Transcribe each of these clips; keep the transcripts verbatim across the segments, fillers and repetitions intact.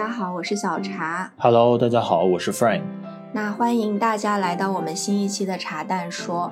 家好，我是小茶。 Hello， 大家好，我是 Frank。 那欢迎大家来到我们新一期的茶蛋说。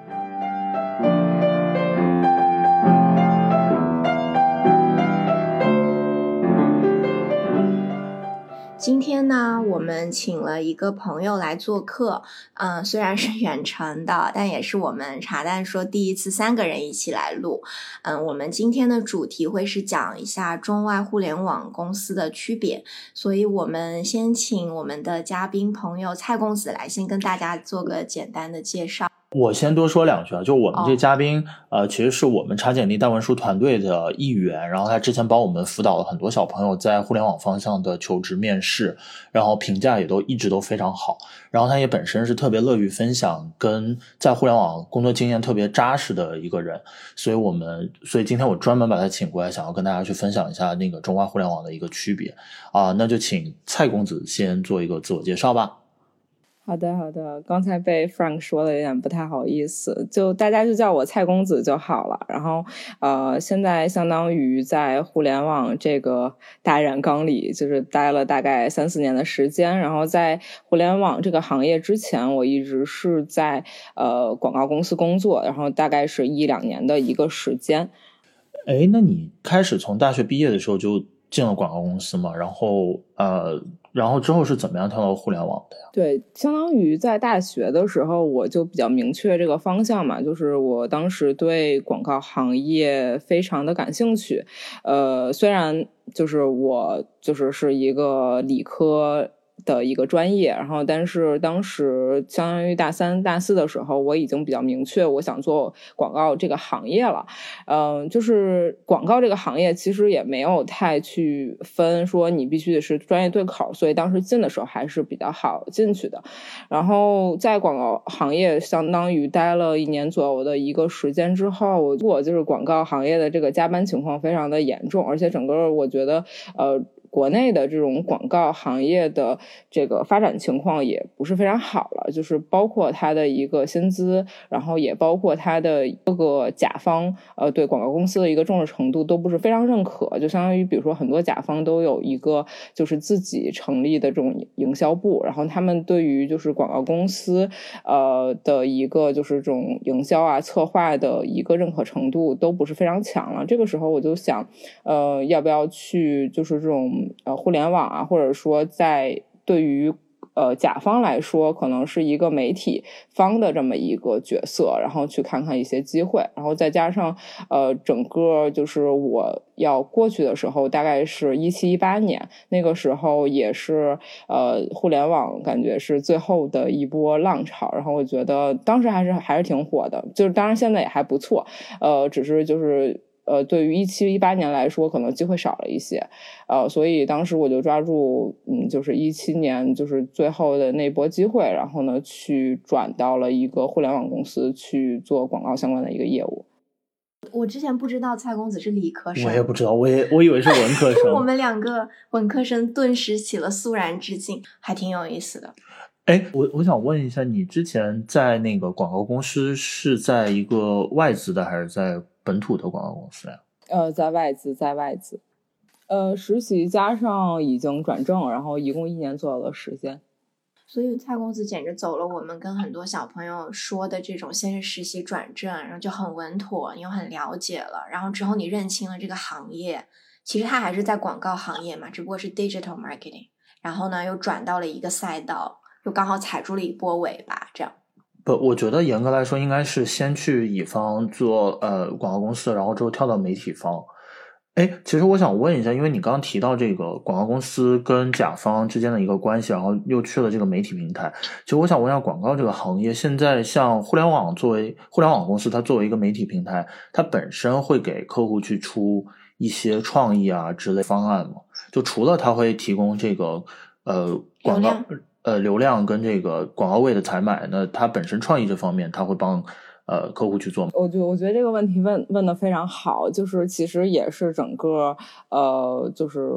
今天呢，我们请了一个朋友来做客，嗯，虽然是远程的，但也是我们茶蛋说第一次三个人一起来录。嗯，我们今天的主题会是讲一下中外互联网公司的区别，所以我们先请我们的嘉宾朋友蔡公子来先跟大家做个简单的介绍。 我先多说两句啊，就我们这嘉宾、哦、呃，其实是我们茶简历大文书团队的一员，然后他之前帮我们辅导了很多小朋友在互联网方向的求职面试，然后评价也都一直都非常好，然后他也本身是特别乐于分享跟在互联网工作经验特别扎实的一个人，所以我们所以今天我专门把他请过来，想要跟大家去分享一下那个中外互联网的一个区别啊、呃，那就请蔡公子先做一个自我介绍吧。 好的好的，刚才被 Frank 说的有点不太好意思，就大家就叫我蔡公子就好了。然后呃，现在相当于在互联网这个大染缸里就是待了大概三四年的时间，然后在互联网这个行业之前我一直是在呃广告公司工作，然后大概是一两年的一个时间。 诶，那你开始从大学毕业的时候就进了广告公司嘛？然后呃，然后之后是怎么样跳到互联网的呀？ 对，相当于在大学的时候我就比较明确这个方向嘛，就是我当时对广告行业非常的感兴趣。呃，虽然就是我就是是一个理科的一个专业，然后但是当时相当于大三大四的时候我已经比较明确我想做广告这个行业了。嗯、呃，就是广告这个行业其实也没有太去分说你必须得是专业对口，所以当时进的时候还是比较好进去的。然后在广告行业相当于待了一年左右的一个时间之后，我就是广告行业的这个加班情况非常的严重，而且整个我觉得呃国内的这种广告行业的这个发展情况也不是非常好了，就是包括它的一个薪资，然后也包括它的各个甲方呃对广告公司的一个重视程度都不是非常认可，就相当于比如说很多甲方都有一个就是自己成立的这种营销部，然后他们对于就是广告公司呃的一个就是这种营销啊策划的一个认可程度都不是非常强了。这个时候我就想呃要不要去就是这种呃互联网啊，或者说在对于呃甲方来说可能是一个媒体方的这么一个角色，然后去看看一些机会，然后再加上呃整个就是我要过去的时候大概是一七一八年，那个时候也是呃互联网感觉是最后的一波浪潮，然后我觉得当时还是还是挺火的，就是当然现在也还不错，呃只是就是呃，对于一七一八年来说，可能机会少了一些，呃，所以当时我就抓住，嗯，就是一七年就是最后的那波机会，然后呢，去转到了一个互联网公司去做广告相关的一个业务。 我之前不知道蔡公子是理科生， 我也不知道，我也我以为是文科生。 我们两个文科生顿时起了肃然之敬，还挺有意思的。 哎，我我想问一下，你之前在那个广告公司是在一个外资的还是在本土的广告公司呀？ 呃，在外资，在外资，呃，实习加上已经转正，然后一共一年左右的时间。 所以蔡公子简直走了我们跟很多小朋友说的这种先是实习转正，然后就很稳妥，你又很了解了，然后之后你认清了这个行业，其实它还是在广告行业嘛，只不过是 digital marketing， 然后呢又转到了一个赛道，又刚好踩住了一波尾巴，这样。 不，我觉得严格来说应该是先去乙方做呃广告公司，然后之后跳到媒体方。哎，其实我想问一下，因为你刚刚提到这个广告公司跟甲方之间的一个关系，然后又去了这个媒体平台，其实我想问一下，广告这个行业现在像互联网作为互联网公司，它作为一个媒体平台，它本身会给客户去出一些创意啊之类方案吗？就除了它会提供这个呃广告呃流量跟这个广告位的采买，那它本身创意这方面它会帮呃客户去做。 我觉我觉得这个问题问问的非常好，就是其实也是整个呃就是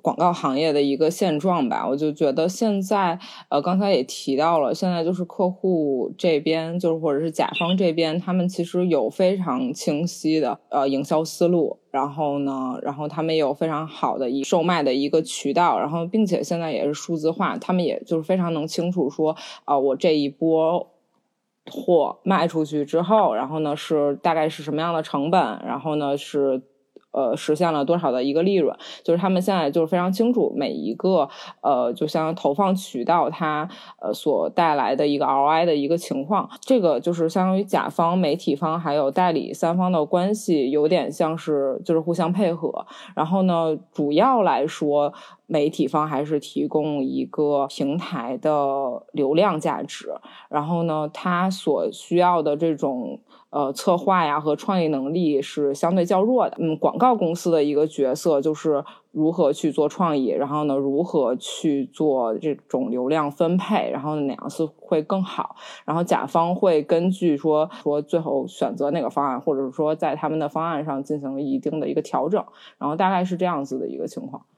广告行业的一个现状吧。我就觉得现在呃刚才也提到了，现在就是客户这边就是或者是甲方这边，他们其实有非常清晰的呃营销思路，然后呢然后他们也有非常好的一售卖的一个渠道，然后并且现在也是数字化，他们也就是非常能清楚说啊、呃、我这一波货卖出去之后，然后呢是大概是什么样的成本，然后呢是呃实现了多少的一个利润，就是他们现在就是非常清楚每一个呃就像投放渠道它呃所带来的一个 R O I 的一个情况。这个就是相当于甲方、媒体方还有代理三方的关系有点像是就是互相配合，然后呢主要来说媒体方还是提供一个平台的流量价值，然后呢它所需要的这种呃策划呀和创意能力是相对较弱的。嗯，广告公司的一个角色就是如何去做创意，然后呢如何去做这种流量分配，然后哪样是会更好，然后甲方会根据说说最后选择哪个方案，或者说在他们的方案上进行一定的一个调整，然后大概是这样子的一个情况。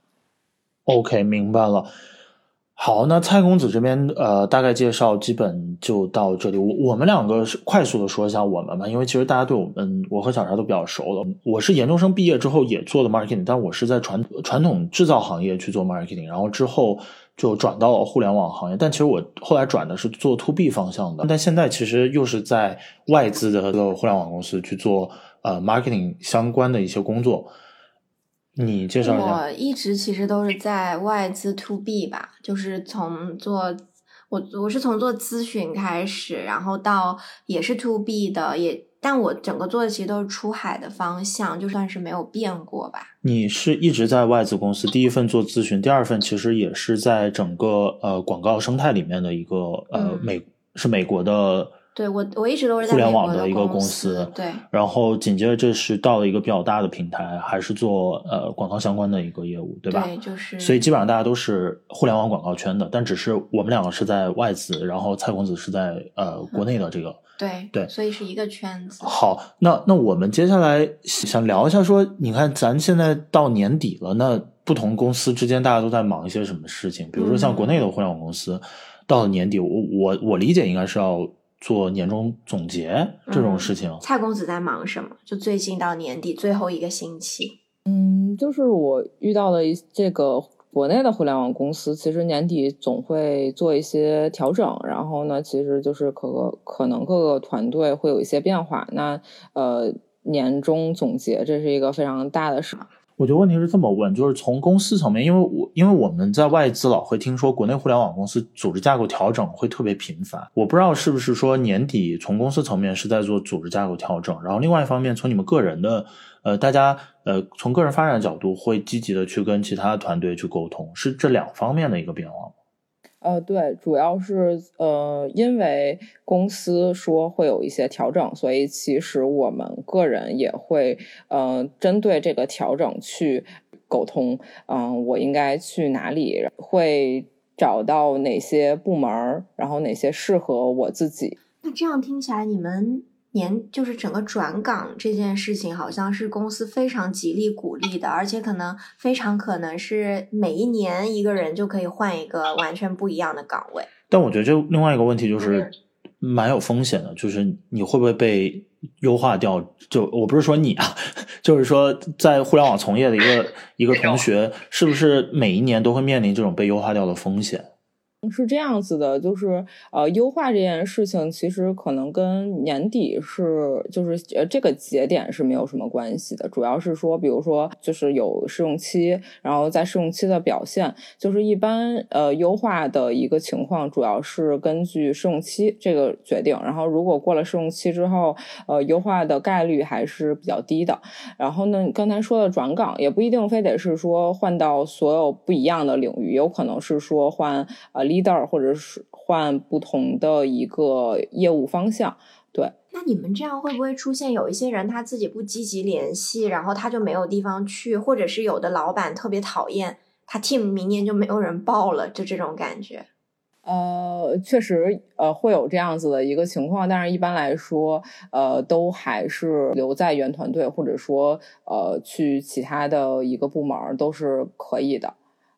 OK， 明白了。好，那蔡公子这边呃大概介绍基本就到这里。我我们两个是快速的说一下我们吧，因为其实大家对我们我和小沙都比较熟了。我是研究生毕业之后也做的 marketing， 但我是在传传统制造行业去做 marketing， 然后之后就转到了互联网行业。但其实我后来转的是做 to B 方向的，但现在其实又是在外资的互联网公司去做呃 marketing 相关的一些工作。你介绍一下。 我一直其实都是在外资 to B 吧，就是从做我我是从做咨询开始，然后到也是 to B 的，也但我整个做的其实都是出海的方向，就算是没有变过吧。 你是一直在外资公司，第一份做咨询，第二份其实也是在整个呃广告生态里面的一个呃、嗯、美是美国的。 对，我我一直都是在互联网的一个公司，对。 然后紧接着这是到了一个比较大的平台，还是做呃广告相关的一个业务，对吧？ 对，就是。 所以基本上大家都是互联网广告圈的，但只是我们两个是在外资，然后蔡公子是在呃国内的这个。 嗯、对对， 所以是一个圈子。 好，那那我们接下来想聊一下说，你看咱现在到年底了，那不同公司之间大家都在忙一些什么事情？比如说像国内的互联网公司，嗯、到了年底，我我我理解应该是要做年终总结这种事情。 嗯、蔡公子在忙什么？就最近到年底最后一个星期。 嗯，就是我遇到的这个国内的互联网公司，其实年底总会做一些调整，然后呢，其实就是可可能各个团队会有一些变化。那呃，年终总结这是一个非常大的事。 我觉得问题是这么问，就是从公司层面，因为我因为我们在外资老会听说国内互联网公司组织架构调整会特别频繁，我不知道是不是说年底从公司层面是在做组织架构调整，然后另外一方面从你们个人的呃大家呃从个人发展角度会积极的去跟其他团队去沟通，是这两方面的一个变化吗？ 呃，对，主要是呃，因为公司说会有一些调整，所以其实我们个人也会呃，针对这个调整去沟通。嗯、呃，我应该去哪里？会找到哪些部门，然后哪些适合我自己？ 那这样听起来，你们年就是整个转岗这件事情，好像是公司非常极力鼓励的，而且可能非常可能是每一年一个人就可以换一个完全不一样的岗位。 但我觉得这另外一个问题就是蛮有风险的，就是你会不会被优化掉？就我不是说你啊，就是说在互联网从业的一个一个同学，是不是每一年都会面临这种被优化掉的风险？ 是这样子的，就是呃，优化这件事情其实可能跟年底是就是呃这个节点是没有什么关系的，主要是说比如说就是有试用期，然后在试用期的表现，就是一般呃优化的一个情况主要是根据试用期这个决定，然后如果过了试用期之后呃优化的概率还是比较低的。然后呢，刚才说的转岗也不一定非得是说换到所有不一样的领域，有可能是说换呃leader 或者是换不同的一个业务方向。对， 那你们这样会不会出现有一些人他自己不积极联系，然后他就没有地方去，或者是有的老板特别讨厌他 team 明年就没有人报了，就这种感觉？ 呃，确实，呃，会有这样子的一个情况，但是一般来说，呃，都还是留在原团队，或者说，呃，去其他的一个部门都是可以的。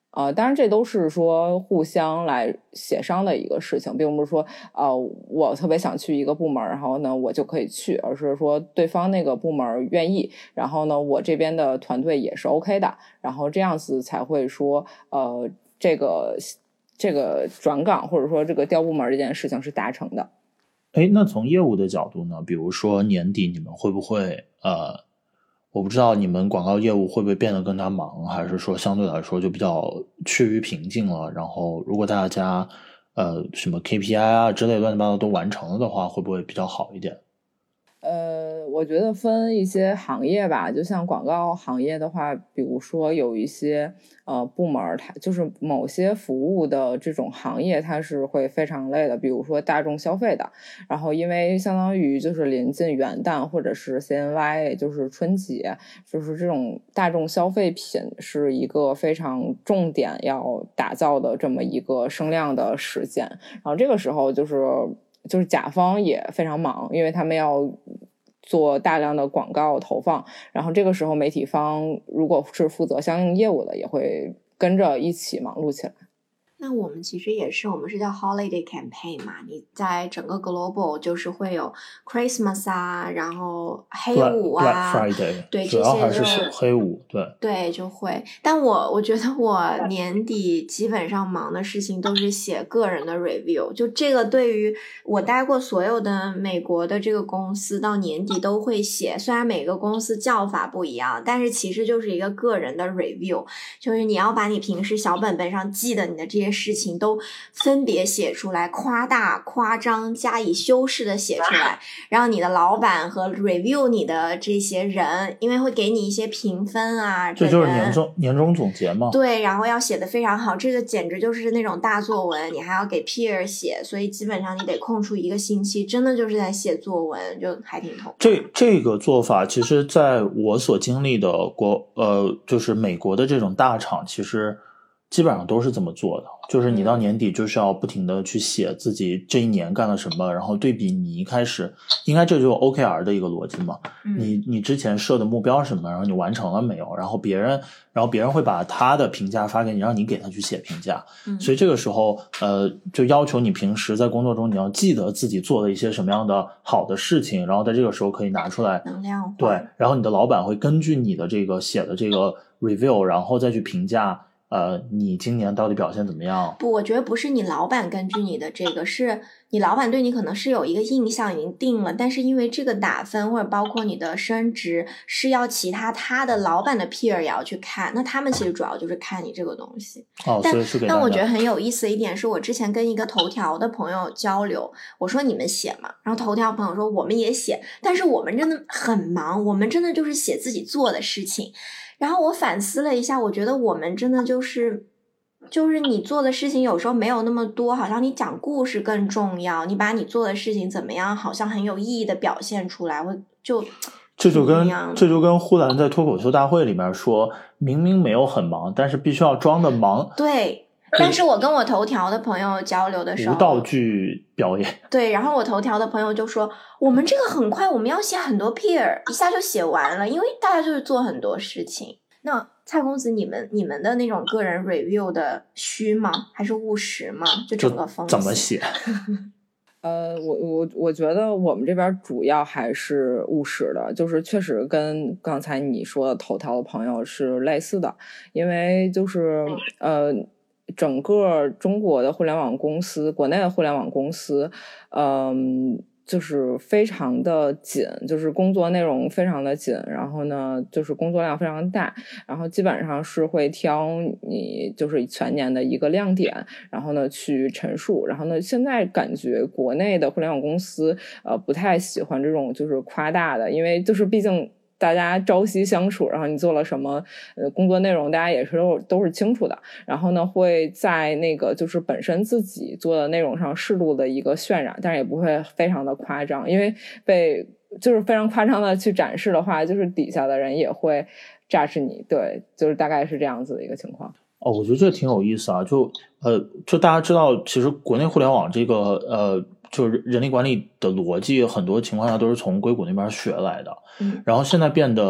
呃，当然这都是说互相来协商的一个事情，并不是说呃我特别想去一个部门，然后呢我就可以去，而是说对方那个部门愿意，然后呢我这边的团队也是 OK 的，然后这样子才会说呃这个这个转岗或者说这个调部门这件事情是达成的。 哎，那从业务的角度呢，比如说年底你们会不会呃我不知道你们广告业务会不会变得更加忙，还是说相对来说就比较趋于平静了，然后如果大家呃什么 K P I 啊之类乱七八糟都完成了的话，会不会比较好一点？ 呃，我觉得分一些行业吧，就像广告行业的话，比如说有一些呃部门，它就是某些服务的这种行业，它是会非常累的，比如说大众消费的。然后因为相当于就是临近元旦或者是 C N Y， 也就是春节，就是这种大众消费品是一个非常重点要打造的这么一个声量的时间。然后这个时候就是就是甲方也非常忙，因为他们要做大量的广告投放，然后这个时候媒体方如果是负责相应业务的，也会跟着一起忙碌起来。 那我们其实也是，我们是叫 holiday campaign 嘛，你在整个 global 就是会有 Christmas 啊，然后黑五啊 Black Friday， 对， 主要还是这些黑五，对对就会。但我我觉得我年底基本上忙的事情都是写个人的 review， 就这个对于我待过所有的美国的这个公司到年底都会写，虽然每个公司叫法不一样，但是其实就是一个个人的 review， 就是你要把你平时小本本上记的你的这些事情都分别写出来，夸大夸张加以修饰的写出来，让你的老板和 review 你的这些人，因为会给你一些评分啊， 这就是年终年终总结嘛。 对，然后要写得非常好，这个简直就是那种大作文，你还要给 peer 写，所以基本上你得空出一个星期，真的就是在写作文，就还挺痛。 这这个做法，其实在我所经历的国呃，就是美国的这种大厂，其实基本上都是这么做的，就是你到年底就是要不停的去写自己这一年干了什么，然后对比你一开始，应该这就是 O K R 的一个逻辑嘛。 嗯、 你你之前设的目标是什么，然后你完成了没有，然后别人然后别人会把他的评价发给你，让你给他去写评价。 嗯、 所以这个时候呃，就要求你平时在工作中你要记得自己做了一些什么样的好的事情，然后在这个时候可以拿出来能量化。 对，然后你的老板会根据你的这个写的这个 review， 然后再去评价呃，你今年到底表现怎么样？ 不，我觉得不是你老板根据你的这个，是你老板对你可能是有一个印象已经定了，但是因为这个打分或者包括你的升职是要其他他的老板的 peer 也要去看，那他们其实主要就是看你这个东西。 哦， 但所以是给大家。 但我觉得很有意思的一点是我之前跟一个头条的朋友交流，我说你们写嘛，然后头条朋友说我们也写，但是我们真的很忙，我们真的就是写自己做的事情。然后我反思了一下，我觉得我们真的就是就是你做的事情有时候没有那么多，好像你讲故事更重要，你把你做的事情怎么样好像很有意义的表现出来，会就这就跟这就跟呼兰在脱口秀大会里面说，明明没有很忙，但是必须要装的忙。 对，但是我跟我头条的朋友交流的时候， 无道具表演。 对，然后我头条的朋友就说，我们这个很快，我们要写很多 peer， 一下就写完了，因为大家就是做很多事情。那蔡公子，你们你们的那种个人 review 的虚吗？还是务实吗？就整个风怎么写？ 呃，我我我觉得我们这边主要还是务实的，就是确实跟刚才你说的头条的朋友是类似的，因为就是呃，整个中国的互联网公司，国内的互联网公司，嗯、呃。就是非常的紧，就是工作内容非常的紧，然后呢就是工作量非常大，然后基本上是会挑你就是全年的一个亮点，然后呢去陈述，然后呢现在感觉国内的互联网公司呃不太喜欢这种就是夸大的，因为就是毕竟大家朝夕相处，然后你做了什么呃工作内容大家也是都都是清楚的，然后呢会在那个就是本身自己做的内容上适度的一个渲染，但是也不会非常的夸张，因为被就是非常夸张的去展示的话，就是底下的人也会judge你，对，就是大概是这样子的一个情况。 哦，我觉得这挺有意思啊，就呃就大家知道其实国内互联网这个呃就是人力管理的逻辑很多情况下都是从硅谷那边学来的， 嗯， 然后现在变得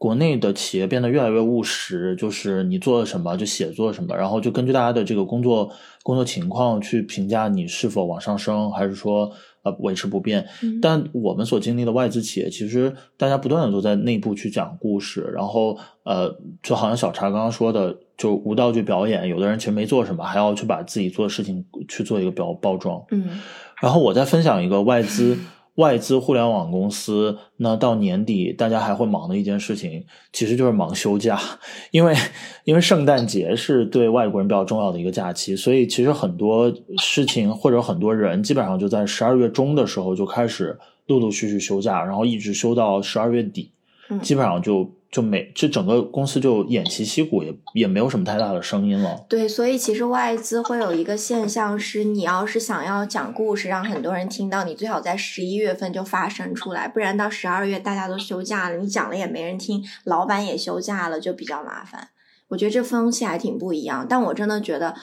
国内的企业变得越来越务实，就是你做了什么就写作什么，然后就根据大家的这个工作工作情况去评价你是否往上升，还是说呃维持不变。 嗯、 但我们所经历的外资企业，其实大家不断的都在内部去讲故事，然后呃，就好像小茶刚刚说的，就无道具表演，有的人其实没做什么，还要去把自己做的事情去做一个包包装。 嗯， 然后我再分享一个外资。外资互联网公司，那到年底大家还会忙的一件事情，其实就是忙休假，因为因为圣诞节是对外国人比较重要的一个假期，所以其实很多事情或者很多人基本上就在十二月中的时候就开始陆陆续续休假，然后一直休到十二月底，基本上就就每这整个公司就偃旗息鼓，也也没有什么太大的声音了。 对，所以其实外资会有一个现象是，你要是想要讲故事让很多人听到，你最好在十一月份就发声出来，不然到十二月大家都休假了，你讲了也没人听，老板也休假了，就比较麻烦。我觉得这风气还挺不一样，但我真的觉得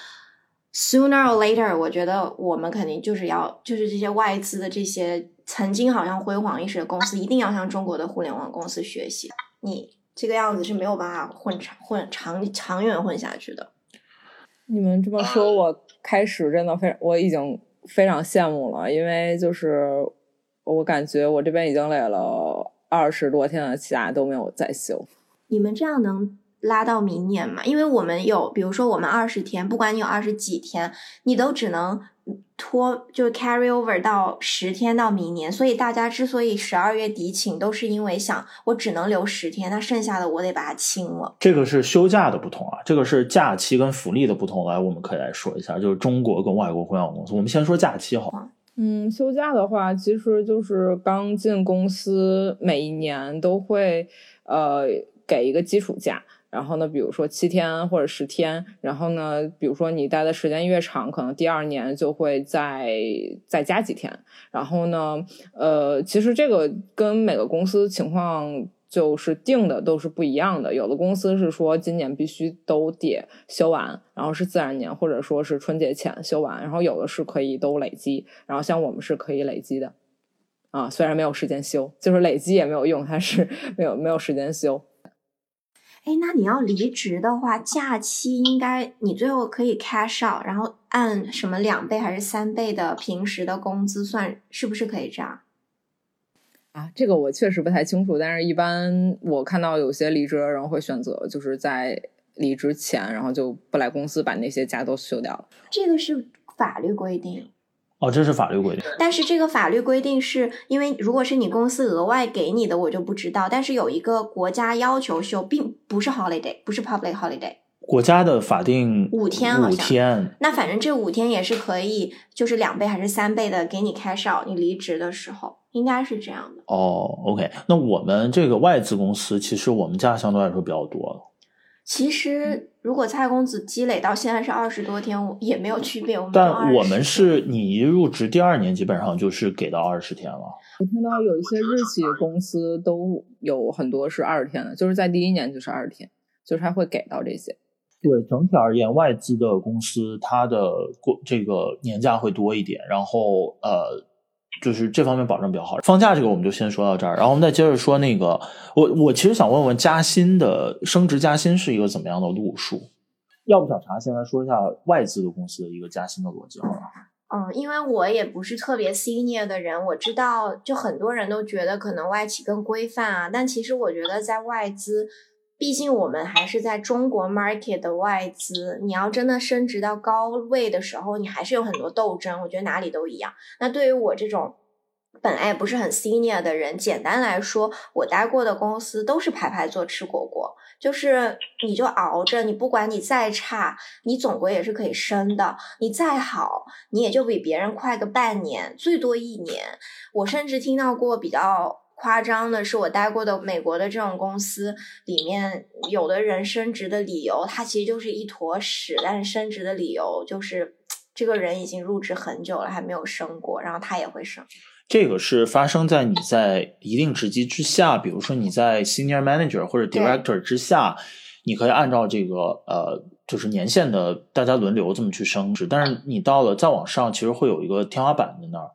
sooner or later， 我觉得我们肯定就是要就是这些外资的这些曾经好像辉煌一时的公司，一定要向中国的互联网公司学习。你这个样子是没有办法混长混长长远混下去的。 你们这么说，我开始真的非我已经非常羡慕了，因为就是我感觉我这边已经累了二十多天的假都没有再休。 你们这样能拉到明年吗？因为我们有，比如说我们二十天，不管你有二十几天，你都只能拖，就 carry over 到十天到明年。所以大家之所以十二月底请，都是因为想我只能留十天，那剩下的我得把它清了。 这个是休假的不同啊，这个是假期跟福利的不同。来，我们可以来说一下，就是中国跟外国互联网公司。我们先说假期好。 嗯，休假的话，其实就是刚进公司，每一年都会呃给一个基础假。然后呢，比如说七天或者十天，然后呢，比如说你待的时间越长，可能第二年就会再再加几天。然后呢，呃，其实这个跟每个公司情况就是定的都是不一样的。有的公司是说今年必须都得休完，然后是自然年或者说是春节前休完，然后有的是可以都累积，然后像我们是可以累积的。啊，虽然没有时间休，就是累积也没有用，它是没有没有时间休。 哎，那你要离职的话，假期应该你最后可以 cash out， 然后按什么两倍还是三倍的平时的工资算，是不是可以这样？ 啊，这个我确实不太清楚，但是一般我看到有些离职的人会选择就是在离职前，然后就不来公司把那些假都休掉了。 这个是法律规定。 哦，这是法律规定。 但是这个法律规定是因为如果是你公司额外给你的我就不知道，但是有一个国家要求休，并不是 holiday， 不是 public holiday， 国家的法定五天好像五天。 那反正这五天也是可以就是两倍还是三倍的给你 cash out， 你离职的时候应该是这样的。 哦 OK， 那我们这个外资公司其实我们假相对来说比较多了。 其实如果蔡公子积累到现在是二十多天也没有区别，我们但我们是你一入职第二年基本上就是给到二十天了。 我看到有一些日企公司都有很多是二十天的，就是在第一年就是二十天，就是还会给到这些。 对，整体而言外资的公司它的这个年假会多一点，然后呃就是这方面保证比较好。放假这个我们就先说到这儿，然后我们再接着说那个我我其实想问问加薪的升职加薪是一个怎么样的路数？要不小茶先来说一下外资的公司的一个加薪的逻辑好了。 嗯，因为我也不是特别 senior 的人，我知道就很多人都觉得可能外企更规范啊，但其实我觉得在外资，毕竟我们还是在中国 market 的外资，你要真的升职到高位的时候，你还是有很多斗争，我觉得哪里都一样。那对于我这种本来也不是很 senior 的人，简单来说，我待过的公司都是排排坐吃果果，就是你就熬着，你不管你再差，你总归也是可以升的，你再好，你也就比别人快个半年，最多一年。我甚至听到过比较夸张的是，我待过的美国的这种公司里面，有的人升职的理由他其实就是一坨屎，但是升职的理由就是这个人已经入职很久了还没有升过，然后他也会升。 这个是发生在你在一定职级之下，比如说你在 senior manager 或者 director 之下，你可以按照这个呃就是年限的大家轮流这么去升职，但是你到了再往上其实会有一个天花板在那儿。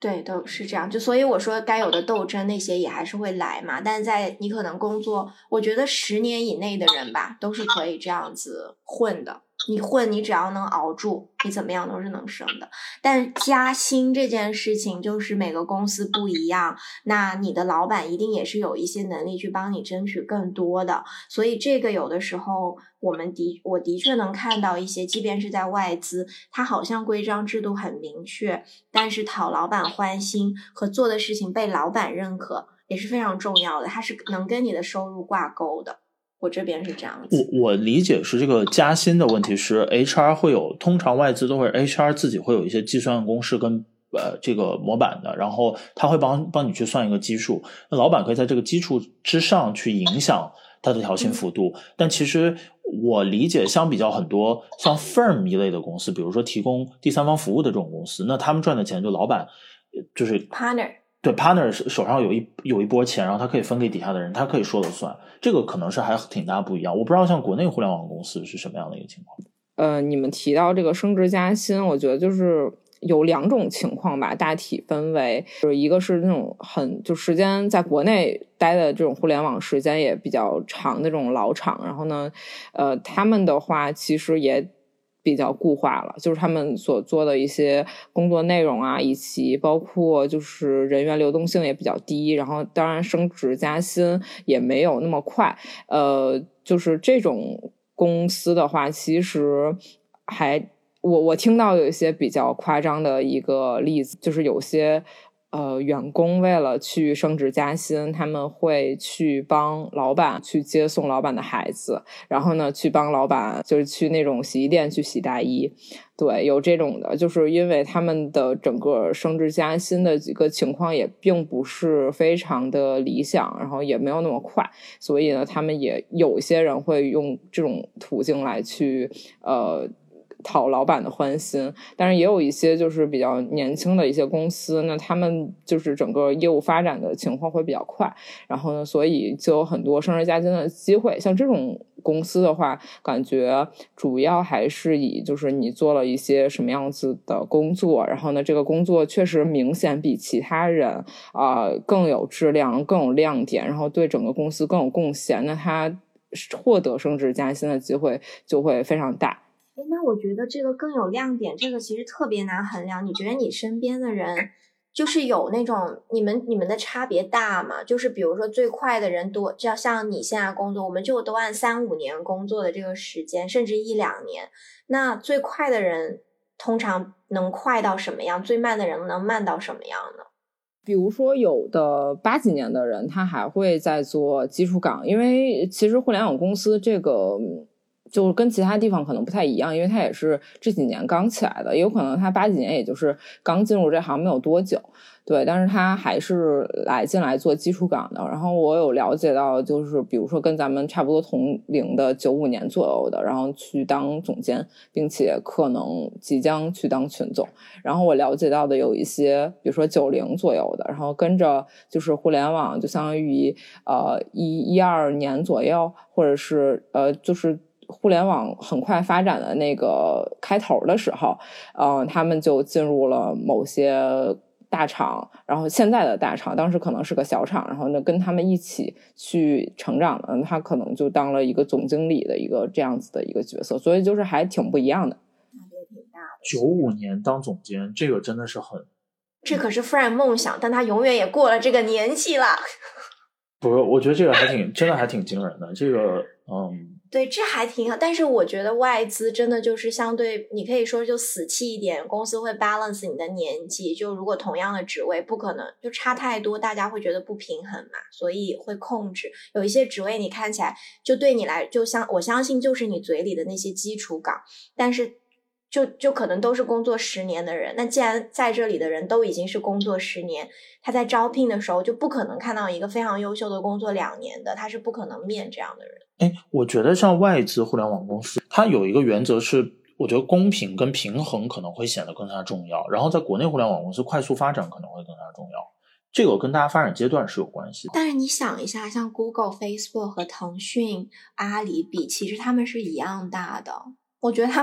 对，都是这样。就所以我说该有的斗争那些也还是会来嘛，但是在你可能工作，我觉得十年以内的人吧，都是可以这样子混的。你混，你只要能熬住，你怎么样都是能升的。但加薪这件事情就是每个公司不一样，那你的老板一定也是有一些能力去帮你争取更多的。所以这个有的时候我们的我的确能看到一些，即便是在外资，它好像规章制度很明确，但是讨老板欢心和做的事情被老板认可也是非常重要的，它是能跟你的收入挂钩的。我这边是这样子。 我我理解是这个加薪的问题是 H R 会有，通常外资都会 H R 自己会有一些计算公式跟呃这个模板的，然后他会帮帮你去算一个基数，那老板可以在这个基数之上去影响它的调薪幅度。嗯、但其实我理解，相比较很多像 firm 一类的公司，比如说提供第三方服务的这种公司，那他们赚的钱就老板就是 partner。 对 partner 手上有一有一波钱，然后他可以分给底下的人，他可以说了算，这个可能是还挺大不一样。我不知道像国内互联网公司是什么样的一个情况。 呃，你们提到这个升职加薪，我觉得就是有两种情况吧，大体分为，就是一个是那种很就时间在国内待的这种互联网时间也比较长的这种老厂，然后呢，呃，他们的话其实也比较固化了，就是他们所做的一些工作内容啊，以及包括就是人员流动性也比较低，然后当然升职加薪也没有那么快，呃，就是这种公司的话，其实还我我听到有一些比较夸张的一个例子，就是有些呃，员工为了去升职加薪，他们会去帮老板去接送老板的孩子，然后呢，去帮老板就是去那种洗衣店去洗大衣。对，有这种的，就是因为他们的整个升职加薪的几个情况也并不是非常的理想，然后也没有那么快，所以呢，他们也有一些人会用这种途径来去呃讨老板的欢心，但是也有一些就是比较年轻的一些公司，那他们就是整个业务发展的情况会比较快，然后呢，所以就有很多升职加薪的机会。像这种公司的话，感觉主要还是以就是你做了一些什么样子的工作，然后呢，这个工作确实明显比其他人啊、呃、更有质量、更有亮点，然后对整个公司更有贡献，那他获得升职加薪的机会就会非常大。 诶，那我觉得这个更有亮点，这个其实特别难衡量。你觉得你身边的人就是有那种你们你们的差别大吗？就是比如说最快的人多，就像你现在工作，我们就都按三五年工作的这个时间，甚至一两年。那最快的人通常能快到什么样？最慢的人能慢到什么样呢？ 比如说有的八几年的人，他还会在做基础岗，因为其实互联网公司这个就跟其他地方可能不太一样，因为它也是这几年刚起来的，也有可能它八几年也就是刚进入这行没有多久，对，但是他还是来进来做基础岗的。然后我有了解到，就是比如说跟咱们差不多同龄的九五年左右的，然后去当总监，并且可能即将去当群总。然后我了解到的有一些，比如说九零左右的，然后跟着就是互联网，就相当于呃一一二年左右，或者是呃就是互联网很快发展的那个开头的时候，呃，他们就进入了某些大厂，然后现在的大厂当时可能是个小厂，然后呢跟他们一起去成长的，他可能就当了一个总经理的一个这样子的一个角色，所以就是还挺不一样的。 九五年当总监，这个真的是很， 这可是 Fran 梦想，但他永远也过了这个年纪了。 不是，我觉得这个还挺真的还挺惊人的，这个嗯， 对，这还挺好。但是我觉得外资真的就是相对，你可以说就死气一点，公司会 balance 你的年纪，就如果同样的职位不可能就差太多，大家会觉得不平衡嘛，所以会控制。有一些职位你看起来就对你来就相我相信就是你嘴里的那些基础岗，但是就就可能都是工作十年的人，那既然在这里的人都已经是工作十年，他在招聘的时候就不可能看到一个非常优秀的工作两年的，他是不可能面这样的人。 哎，我觉得像外资互联网公司，它有一个原则是，我觉得公平跟平衡可能会显得更加重要，然后在国内互联网公司快速发展可能会更加重要，这个跟大家发展阶段是有关系的。 但是你想一下，像 Google、Facebook 和腾讯、阿里比，其实他们是一样大的，我觉得他们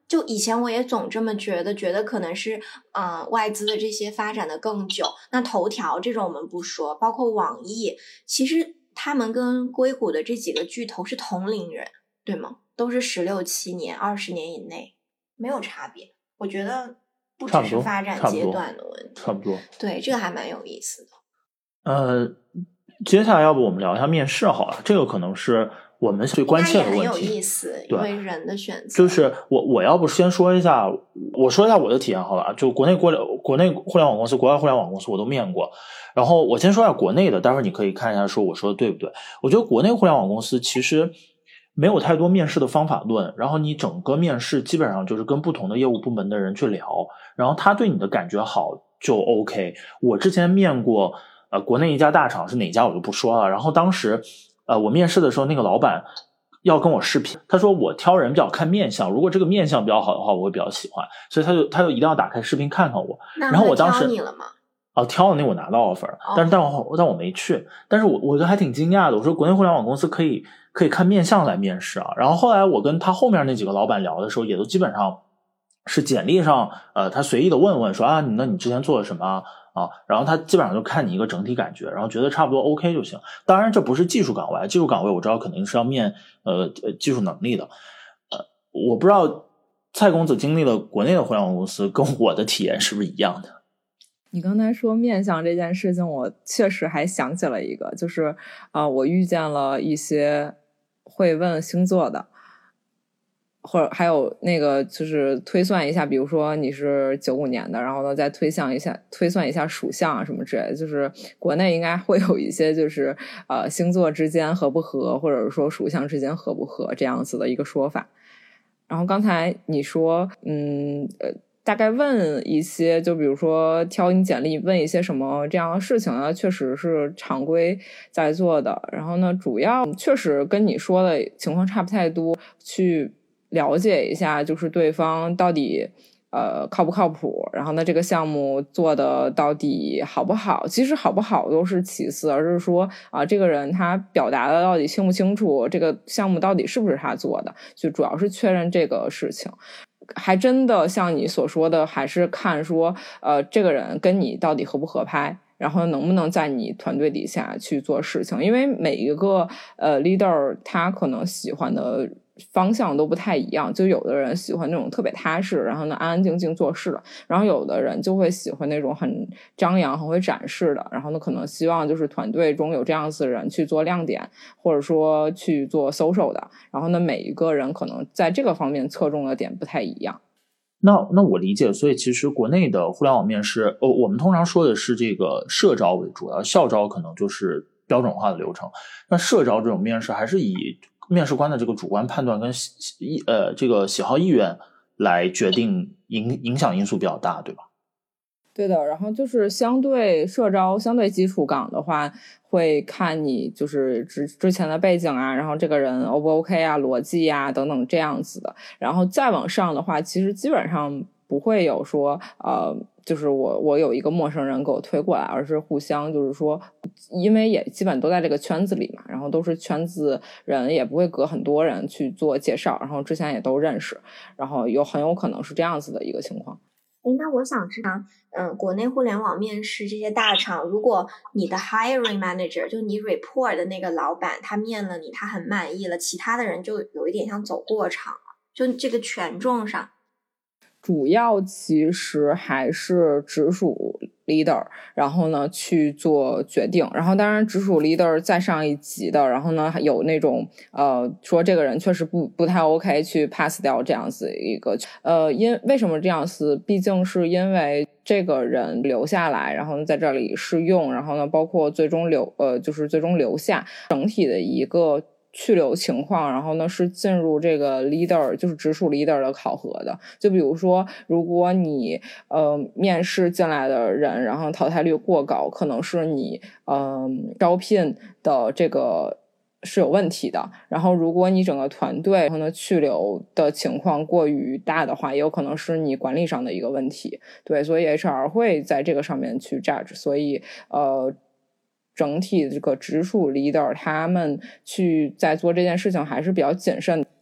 就以前我也总这么觉得，觉得可能是嗯、呃、外资的这些发展的更久。那头条这种我们不说，包括网易，其实他们跟硅谷的这几个巨头是同龄人，对吗？都是十六七年、二十年以内，没有差别。我觉得不只是发展阶段的问题， 差不多。 对，这个还蛮有意思的。 呃，接下来要不我们聊一下面试好了，这个可能是我们最关切的问题。 应该也很有意思，因为人的选择。 就是我我要不先说一下，我说一下我的体验好了。就国内国国内互联网公司、国外互联网公司我都面过。然后我先说一下国内的，待会儿你可以看一下说我说的对不对。我觉得国内互联网公司其实没有太多面试的方法论，然后你整个面试基本上就是跟不同的业务部门的人去聊，然后他对你的感觉好就 OK。我之前面过呃国内一家大厂，是哪家我就不说了。然后当时呃我面试的时候，那个老板要跟我视频，他说我挑人比较看面相，如果这个面相比较好的话，我会比较喜欢，所以他就他就一定要打开视频看看我。然后我当时挑你了吗？ 哦，挑了那我拿到 offer 了，但是但我但我没去，但是我我就还挺惊讶的。我说国内互联网公司可以可以看面相来面试啊。然后后来我跟他后面那几个老板聊的时候，也都基本上是简历上呃他随意的问问说啊你那你之前做了什么啊？啊，然后他基本上就看你一个整体感觉，然后觉得差不多 OK 就行。当然这不是技术岗位，技术岗位我知道肯定是要面呃技术能力的。呃，我不知道蔡公子经历了国内的互联网公司跟我的体验是不是一样的。 你刚才说面相这件事情，我确实还想起了一个，就是啊、呃，我遇见了一些会问星座的，或者还有那个就是推算一下，比如说你是九五年的，然后呢再推算一下推算一下属相啊什么之类的，就是国内应该会有一些就是呃星座之间合不合，或者说属相之间合不合这样子的一个说法。然后刚才你说嗯呃大概问一些，就比如说挑你简历问一些什么这样的事情呢，确实是常规在做的。然后呢，主要确实跟你说的情况差不太多，去了解一下就是对方到底呃靠不靠谱，然后呢这个项目做的到底好不好。其实好不好都是其次，而是说啊、呃、这个人他表达的到底清不清楚，这个项目到底是不是他做的，就主要是确认这个事情。还真的像你所说的，还是看说呃这个人跟你到底合不合拍，然后能不能在你团队底下去做事情。因为每一个呃 leader 他可能喜欢的方向都不太一样，就有的人喜欢那种特别踏实，然后呢安安静静做事的，然后有的人就会喜欢那种很张扬很会展示的，然后呢可能希望就是团队中有这样子的人去做亮点，或者说去做 social 的，然后呢每一个人可能在这个方面侧重的点不太一样。 那那我理解，所以其实国内的互联网面试，哦，我们通常说的是这个社招为主，啊，校招可能就是标准化的流程。那社招这种面试还是以面试官的这个主观判断跟喜呃这个喜好意愿来决定，影影响因素比较大，对吧？ 对的，然后就是相对社招相对基础岗的话，会看你就是之之前的背景啊，然后这个人 O 不 OK 啊，逻辑啊等等这样子的。然后再往上的话，其实基本上不会有说呃，就是我我有一个陌生人给我推过来，而是互相就是说，因为也基本都在这个圈子里嘛，然后都是圈子人，也不会隔很多人去做介绍，然后之前也都认识，然后有很有可能是这样子的一个情况。 诶，那我想知道，嗯，国内互联网面试这些大厂，如果你的 hiring manager 就你 report 的那个老板，他面了你，他很满意了，其他的人就有一点像走过场了，就这个权重上。 主要其实还是直属 leader， 然后呢去做决定，然后当然直属 leader 再上一级的，然后呢有那种呃说这个人确实不不太 OK 去 pass 掉这样子一个呃因为什么这样子，毕竟是因为这个人留下来，然后在这里试用，然后呢包括最终留呃就是最终留下整体的一个去留情况，然后呢是进入这个 leader 就是直属 leader 的考核的。就比如说如果你呃面试进来的人，然后淘汰率过高，可能是你呃招聘的这个是有问题的，然后如果你整个团队然后呢去留的情况过于大的话，也有可能是你管理上的一个问题。对，所以 H R 会在这个上面去 judge， 所以呃整体这个直属 leader 他们去在做这件事情还是比较谨慎的。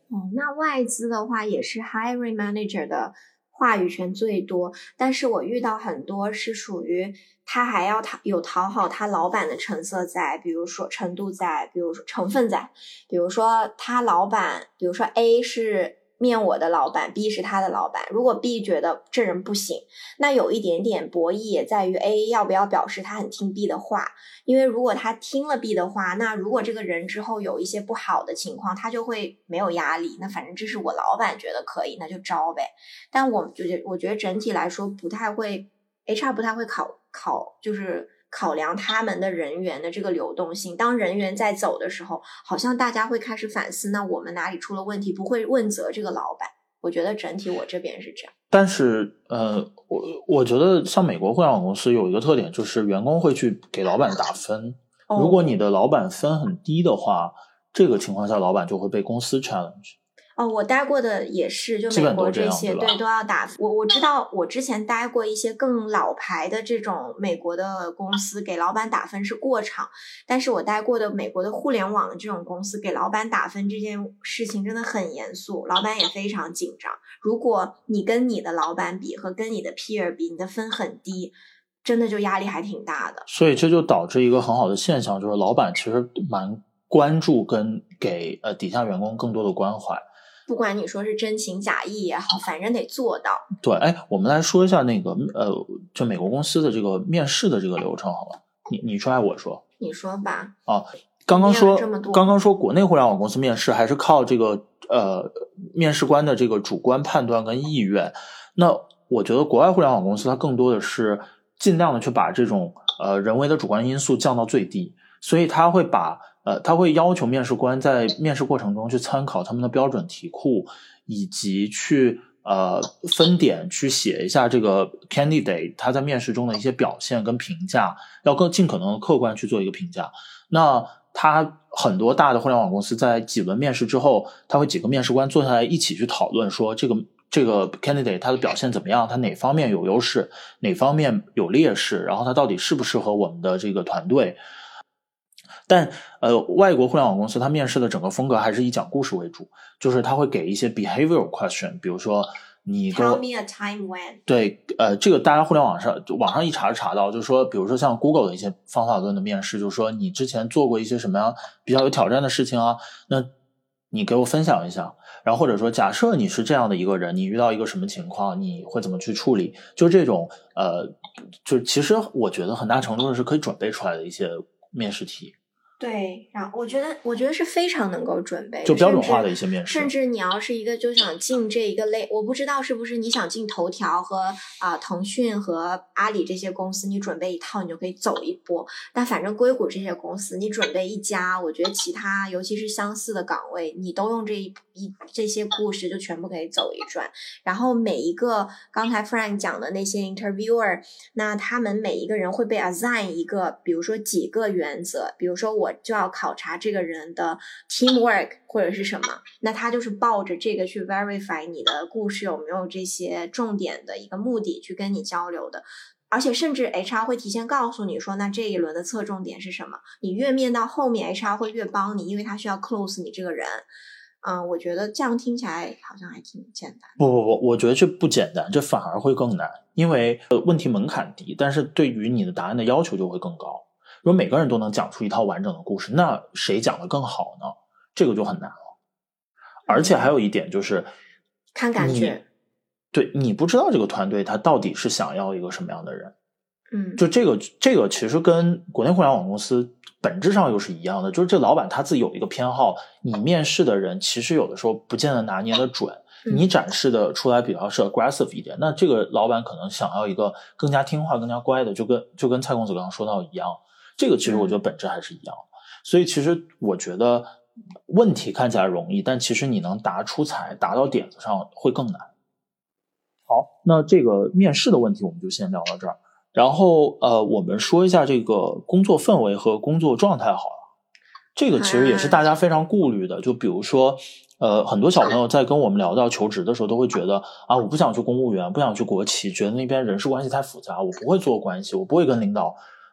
哦，那外资的话也是 hiring manager 的话语权最多，但是我遇到很多是属于他还要讨有讨好他老板的成色在，比如说程度在，比如说成分在，比如说他老板，比如说 A 是面我的老板 B 是他的老板，如果 B 觉得这人不行，那有一点点博弈也在于 A 要不要表示他很听 B 的话，因为如果他听了 B 的话，那如果这个人之后有一些不好的情况，他就会没有压力，那反正这是我老板觉得可以，那就招呗。但我觉得我觉得整体来说不太会 H R 不太会考考就是考量他们的人员的这个流动性，当人员在走的时候，好像大家会开始反思，那我们哪里出了问题，不会问责这个老板。我觉得整体我这边是这样。 但是呃，我我觉得像美国互联网公司有一个特点，就是员工会去给老板打分。 哦、 如果你的老板分很低的话，这个情况下老板就会被公司 challenge。 哦，我待过的也是，就美国这些，对，都要打。我我知道，我之前待过一些更老牌的这种美国的公司，给老板打分是过场。但是我待过的美国的互联网的这种公司，给老板打分这件事情真的很严肃，老板也非常紧张。如果你跟你的老板比和跟你的 peer 比，你的分很低，真的就压力还挺大的。 所以这就导致一个很好的现象，就是老板其实蛮关注跟给呃底下员工更多的关怀。 不管你说是真情假意也好，反正得做到。 对，哎，我们来说一下那个呃，就美国公司的这个面试的这个流程好了。你你说还是我说？ 你说吧。 啊，刚刚说刚刚说国内互联网公司面试还是靠这个呃面试官的这个主观判断跟意愿。那我觉得国外互联网公司它更多的是尽量的去把这种呃人为的主观因素降到最低，所以他会把。呃，他会要求面试官在面试过程中去参考他们的标准题库，以及去呃分点去写一下这个 candidate 他在面试中的一些表现跟评价，要更尽可能的客观去做一个评价。那他很多大的互联网公司在几轮面试之后，他会几个面试官坐下来一起去讨论说这个这个 candidate 他的表现怎么样，他哪方面有优势，哪方面有劣势，然后他到底适不适合我们的这个团队。但呃，外国互联网公司它面试的整个风格还是以讲故事为主，就是它会给一些 behavioral question， 比如说你跟我 Tell me a time when。 对，呃，这个大家互联网上网上一查查到，就是说，比如说像 Google 的一些方法论的面试，就是说你之前做过一些什么样比较有挑战的事情啊，那你给我分享一下。然后或者说，假设你是这样的一个人，你遇到一个什么情况，你会怎么去处理？就这种呃，就其实我觉得很大程度上是可以准备出来的一些面试题。 对，然后我觉得，我觉得是非常能够准备， 就标准化的一些面试。 甚至你要是一个就想进这一个类，我不知道是不是你想进头条和啊、呃、腾讯和阿里这些公司，你准备一套你就可以走一波。但反正硅谷这些公司，你准备一家，我觉得其他尤其是相似的岗位，你都用这一一这些故事就全部可以走一转。然后每一个刚才 Frank 讲的那些 interviewer， 那他们每一个人会被 assign 一个，比如说几个原则，比如说我。我就要考察这个人的 teamwork 或者是什么，那他就是抱着这个去 verify 你的故事有没有这些重点的一个目的去跟你交流的。而且甚至 H R 会提前告诉你说，那这一轮的侧重点是什么，你越面到后面 H R 会越帮你，因为他需要 close 你这个人。嗯，我觉得这样听起来好像还挺简单。 不不不，我觉得这不简单，这反而会更难，因为问题门槛低，但是对于你的答案的要求就会更高。如果每个人都能讲出一套完整的故事，那谁讲得更好呢？这个就很难了。而且还有一点就是， 看感觉， 对，你不知道这个团队他到底是想要一个什么样的人。 嗯， 就这个这个其实跟国内互联网公司本质上又是一样的，就是这老板他自己有一个偏好，你面试的人其实有的时候不见得拿捏的准。你展示的出来比较是 aggressive 一点，那这个老板可能想要一个更加听话更加乖的，就跟就跟蔡公子刚刚说到一样。这个其实我觉得本质还是一样的，所以其实我觉得问题看起来容易，但其实你能答出彩，答到点子上会更难。好，那这个面试的问题我们就先聊到这儿，然后呃，我们说一下这个工作氛围和工作状态好了。这个其实也是大家非常顾虑的，就比如说呃，很多小朋友在跟我们聊到求职的时候都会觉得啊，我不想去公务员，不想去国企，觉得那边人事关系太复杂，我不会做关系，我不会跟领导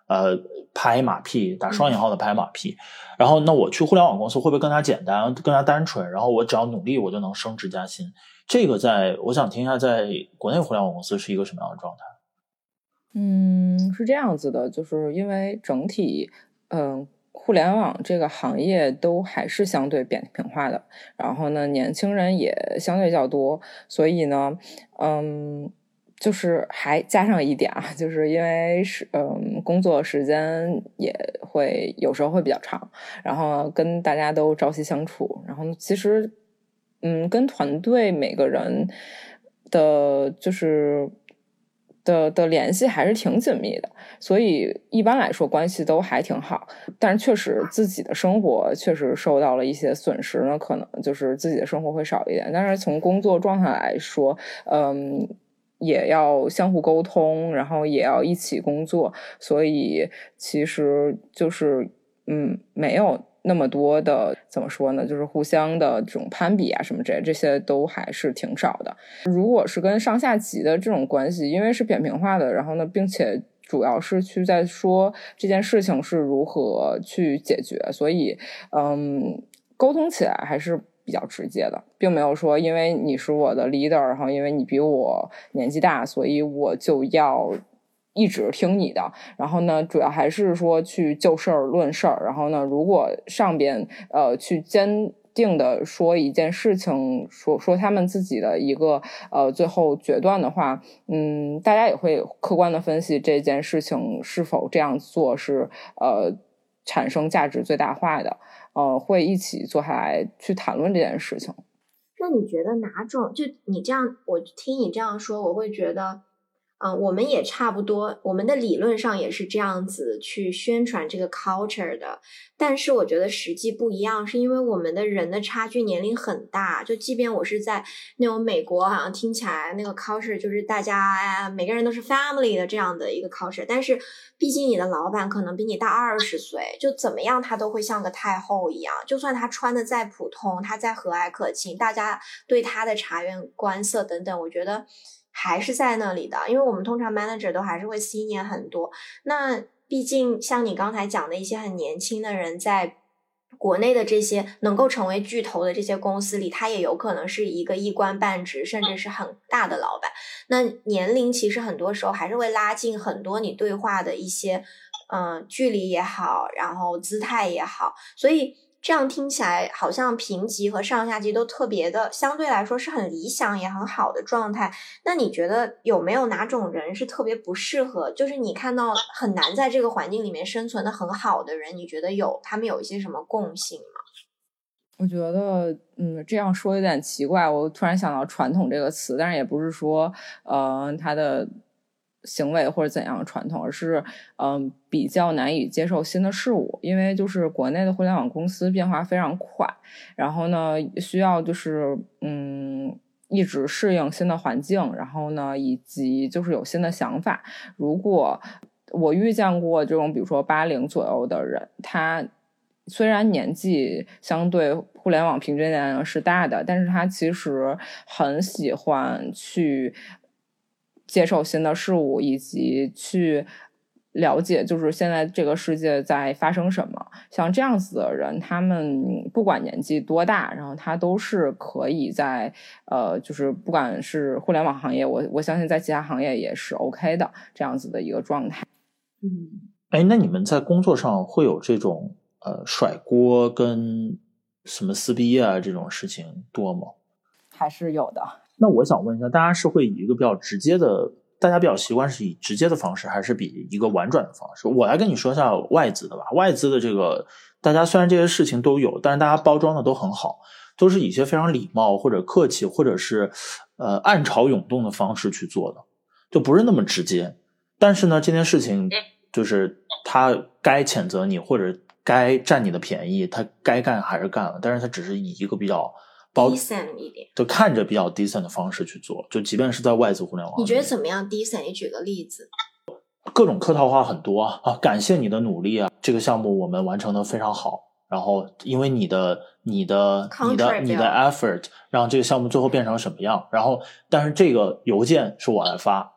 呃拍马屁，打双引号的拍马屁。然后那我去互联网公司会不会更加简单、更加单纯？然后我只要努力，我就能升职加薪。这个在我想听一下，在国内互联网公司是一个什么样的状态？ 嗯，是这样子的，就是因为整体，嗯、呃，互联网这个行业都还是相对扁平化的，然后呢，年轻人也相对较多，所以呢，嗯。就是还加上一点啊，就是因为是嗯工作时间也会有时候会比较长，然后跟大家都朝夕相处，然后其实嗯跟团队每个人的就是的的联系还是挺紧密的，所以一般来说关系都还挺好。但是确实自己的生活确实受到了一些损失呢，可能就是自己的生活会少一点，但是从工作状态来说，嗯。也要相互沟通，然后也要一起工作，所以其实就是嗯，没有那么多的怎么说呢，就是互相的这种攀比啊什么之类，这些都还是挺少的。如果是跟上下级的这种关系，因为是扁平化的，然后呢，并且主要是去在说这件事情是如何去解决，所以嗯，沟通起来还是比较直接的，并没有说因为你是我的 leader， 然后因为你比我年纪大，所以我就要一直听你的。然后呢，主要还是说去就事儿论事儿。然后呢，如果上边呃去坚定的说一件事情，说说他们自己的一个呃最后决断的话，嗯，大家也会客观的分析这件事情是否这样做是呃产生价值最大化的。呃，会一起坐下来去谈论这件事情。 那你觉得哪种？就你这样，我听你这样说，我会觉得，嗯、呃，我们也差不多，我们的理论上也是这样子去宣传这个 culture 的，但是我觉得实际不一样，是因为我们的人的差距年龄很大。就即便我是在那种美国，好像听起来那个 culture 就是大家每个人都是 family 的这样的一个 culture， 但是毕竟你的老板可能比你大二十岁，就怎么样他都会像个太后一样，就算他穿的再普通，他再和蔼可亲，大家对他的察言观色等等，我觉得还是在那里的。因为我们通常 manager 都还是会 senior 很多，那毕竟像你刚才讲的一些很年轻的人，在国内的这些能够成为巨头的这些公司里，他也有可能是一个一官半职甚至是很大的老板。那年龄其实很多时候还是会拉近很多你对话的一些嗯、呃、距离也好，然后姿态也好，所以这样听起来好像平级和上下级都特别的相对来说是很理想也很好的状态。那你觉得有没有哪种人是特别不适合，就是你看到很难在这个环境里面生存的很好的人，你觉得有他们有一些什么共性吗？ 我觉得嗯这样说有点奇怪，我突然想到传统这个词，但是也不是说呃他的行为或者怎样的传统，而是嗯、呃、比较难以接受新的事物。因为就是国内的互联网公司变化非常快，然后呢需要就是嗯一直适应新的环境，然后呢以及就是有新的想法。如果我遇见过这种比如说八零左右的人，他虽然年纪相对互联网平均年龄是大的，但是他其实很喜欢去接受新的事物，以及去了解就是现在这个世界在发生什么。像这样子的人，他们不管年纪多大，然后他都是可以在呃就是不管是互联网行业，我我相信在其他行业也是 OK 的这样子的一个状态。 嗯， 哎，那你们在工作上会有这种呃甩锅跟什么撕逼啊这种事情多吗？ 还是有的。 那我想问一下，大家是会以一个比较直接的，大家比较习惯是以直接的方式，还是比一个婉转的方式？我来跟你说一下外资的吧。外资的这个，大家虽然这些事情都有，但是大家包装的都很好，都是以一些非常礼貌或者客气，或者是呃暗潮涌动的方式去做的，就不是那么直接。但是呢，这件事情就是他该谴责你或者该占你的便宜，他该干还是干了，但是他只是以一个比较包 decent 一点， 就看着比较 decent 的方式去做，就即便是在外资互联网， 你觉得怎么样 decent？ 你举个例子。 各种客套话很多啊，感谢你的努力啊，这个项目我们完成的非常好，然后因为你的你的你的你的 effort 让这个项目最后变成什么样，然后但是这个邮件是我来发，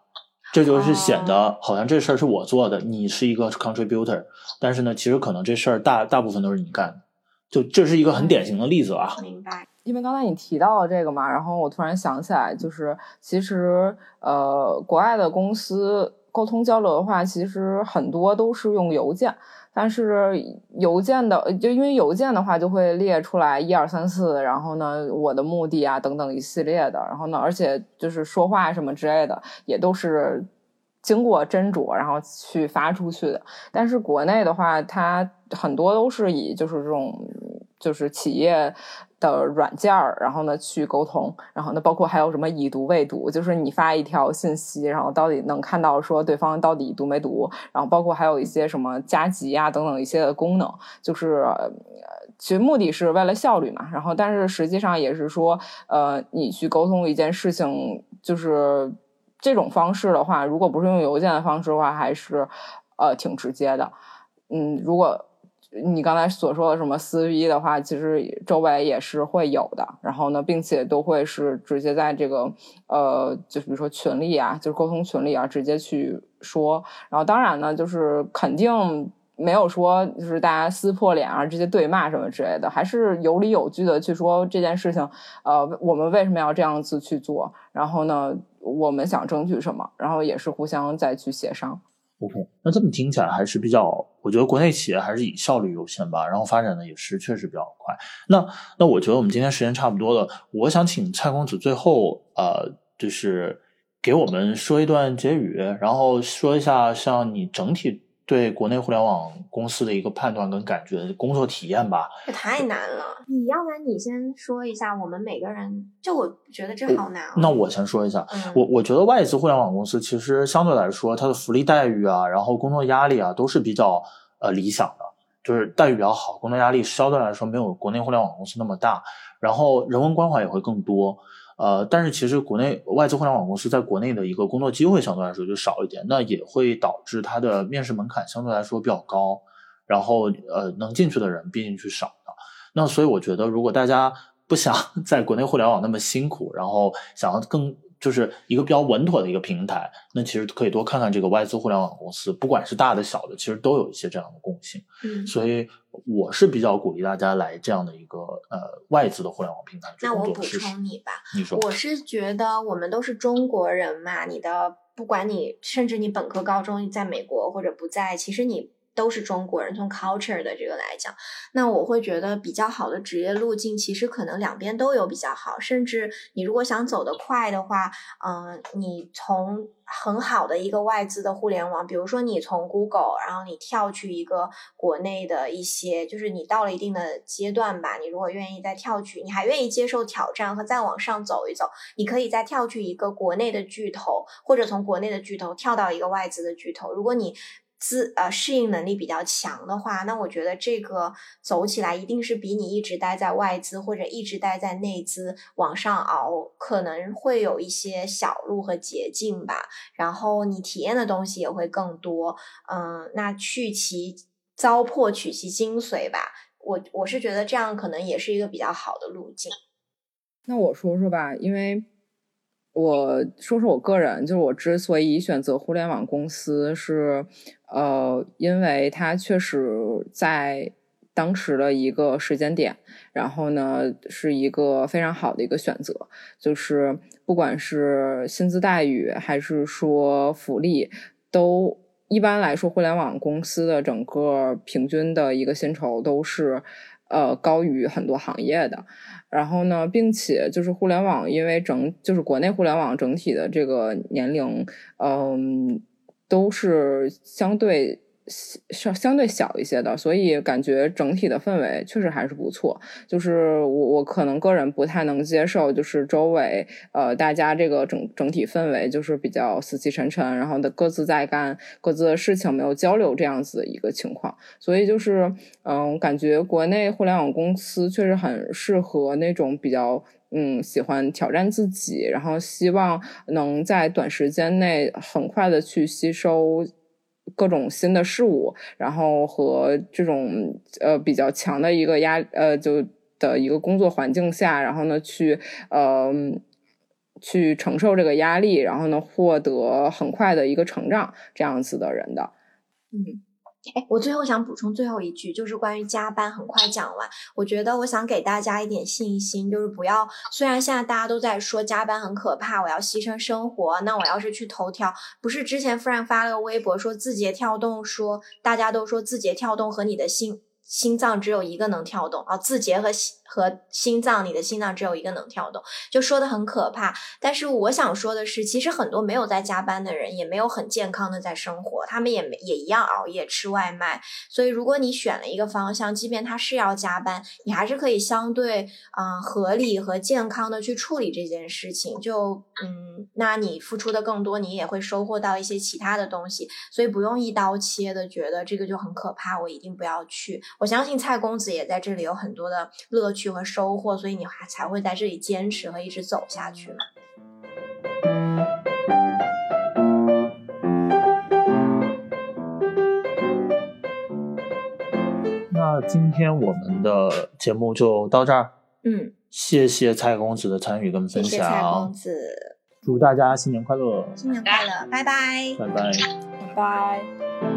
这就是显得好像这事儿是我做的，你是一个 contributor， 但是呢，其实可能这事儿大大部分都是你干的，就这是一个很典型的例子啊。 明白。 因为刚才你提到了这个嘛，然后我突然想起来，就是其实呃，国外的公司沟通交流的话，其实很多都是用邮件。但是邮件的，就因为邮件的话就会列出来一二三四，然后呢我的目的啊等等一系列的，然后呢而且就是说话什么之类的也都是经过斟酌然后去发出去的。但是国内的话它很多都是以就是这种就是企业的软件然后呢去沟通，然后呢包括还有什么已读未读，就是你发一条信息然后到底能看到说对方到底已读没读，然后包括还有一些什么加急啊等等一些的功能，就是呃其实目的是为了效率嘛，然后但是实际上也是说呃你去沟通一件事情，就是这种方式的话，如果不是用邮件的方式的话还是呃挺直接的。嗯，如果你刚才所说的什么撕逼的话，其实周围也是会有的，然后呢并且都会是直接在这个呃就比如说群里啊，就是沟通群里啊直接去说，然后当然呢就是肯定没有说就是大家撕破脸啊直接对骂什么之类的，还是有理有据的去说这件事情呃我们为什么要这样子去做，然后呢我们想争取什么，然后也是互相再去协商。 OK， 那这么听起来还是比较，我觉得国内企业还是以效率优先吧，然后发展的也是确实比较快。那那我觉得我们今天时间差不多了，我想请蔡公子最后呃，就是给我们说一段结语，然后说一下像你整体对国内互联网公司的一个判断跟感觉，工作体验吧。 这太难了，你要不然你先说一下，我们每个人，就我觉得这好难、哦、 那我先说一下， 嗯、 我我觉得外资互联网公司其实相对来说，它的福利待遇啊，然后工作压力啊，都是比较呃理想的，就是待遇比较好，工作压力相对来说没有国内互联网公司那么大，然后人文关怀也会更多。呃，但是其实国内外资互联网公司在国内的一个工作机会相对来说就少一点，那也会导致它的面试门槛相对来说比较高，然后呃能进去的人毕竟去少的。那所以我觉得如果大家不想在国内互联网那么辛苦，然后想要更就是一个比较稳妥的一个平台，那其实可以多看看这个外资互联网公司，不管是大的小的，其实都有一些这样的共性。 嗯， 所以我是比较鼓励大家来这样的一个呃外资的互联网平台去那我补工作试试。 充你吧， 你说， 我是觉得我们都是中国人嘛，你的不管你甚至你本科高中在美国或者不在，其实你都是中国人，从 culture 的这个来讲，那我会觉得比较好的职业路径其实可能两边都有比较好，甚至你如果想走得快的话，嗯、呃，你从很好的一个外资的互联网，比如说你从 Google 然后你跳去一个国内的一些，就是你到了一定的阶段吧，你如果愿意再跳去，你还愿意接受挑战和再往上走一走，你可以再跳去一个国内的巨头，或者从国内的巨头跳到一个外资的巨头，如果你自呃适应能力比较强的话，那我觉得这个走起来一定是比你一直待在外资或者一直待在内资往上熬，可能会有一些小路和捷径吧，然后你体验的东西也会更多。嗯，那去其糟粕取其精髓吧，我我是觉得这样可能也是一个比较好的路径。 那我说说吧，因为我说说我个人，就是我之所以选择互联网公司是，呃，因为它确实在当时的一个时间点，然后呢是一个非常好的一个选择，就是不管是薪资待遇还是说福利，都一般来说互联网公司的整个平均的一个薪酬都是呃高于很多行业的。然后呢，并且就是互联网，因为整就是国内互联网整体的这个年龄，嗯，都是相对相相对小一些的，所以感觉整体的氛围确实还是不错。就是我我可能个人不太能接受，就是周围呃大家这个整整体氛围就是比较死气沉沉，然后的各自在干各自的事情，没有交流这样子的一个情况。所以就是嗯，感觉国内互联网公司确实很适合那种比较嗯喜欢挑战自己，然后希望能在短时间内很快的去吸收各种新的事物，然后和这种呃比较强的一个压呃就的一个工作环境下，然后呢去呃去承受这个压力，然后呢获得很快的一个成长这样子的人的。 嗯。哎，我最后想补充最后一句，就是关于加班，很快讲完。我觉得我想给大家一点信心，就是不要，虽然现在大家都在说加班很可怕，我要牺牲生活，那我要是去头条，不是之前忽然发了个微博说字节跳动说，大家都说字节跳动和你的心心脏只有一个能跳动啊，字节和和心脏，你的心脏只有一个能跳动，就说的很可怕。但是我想说的是，其实很多没有在加班的人也没有很健康的在生活，他们也没也一样熬夜吃外卖。所以如果你选了一个方向，即便他是要加班，你还是可以相对啊、呃、合理和健康的去处理这件事情。就嗯，那你付出的更多，你也会收获到一些其他的东西，所以不用一刀切的觉得这个就很可怕，我一定不要去。我相信蔡公子也在这里有很多的乐趣和收获，所以你还才会在这里坚持和一直走下去嘛。 那今天我们的节目就到这儿。 嗯， 谢谢蔡公子的参与跟分享。 谢谢蔡公子， 祝大家新年快乐！ 新年快乐，拜拜， 拜拜， 拜拜。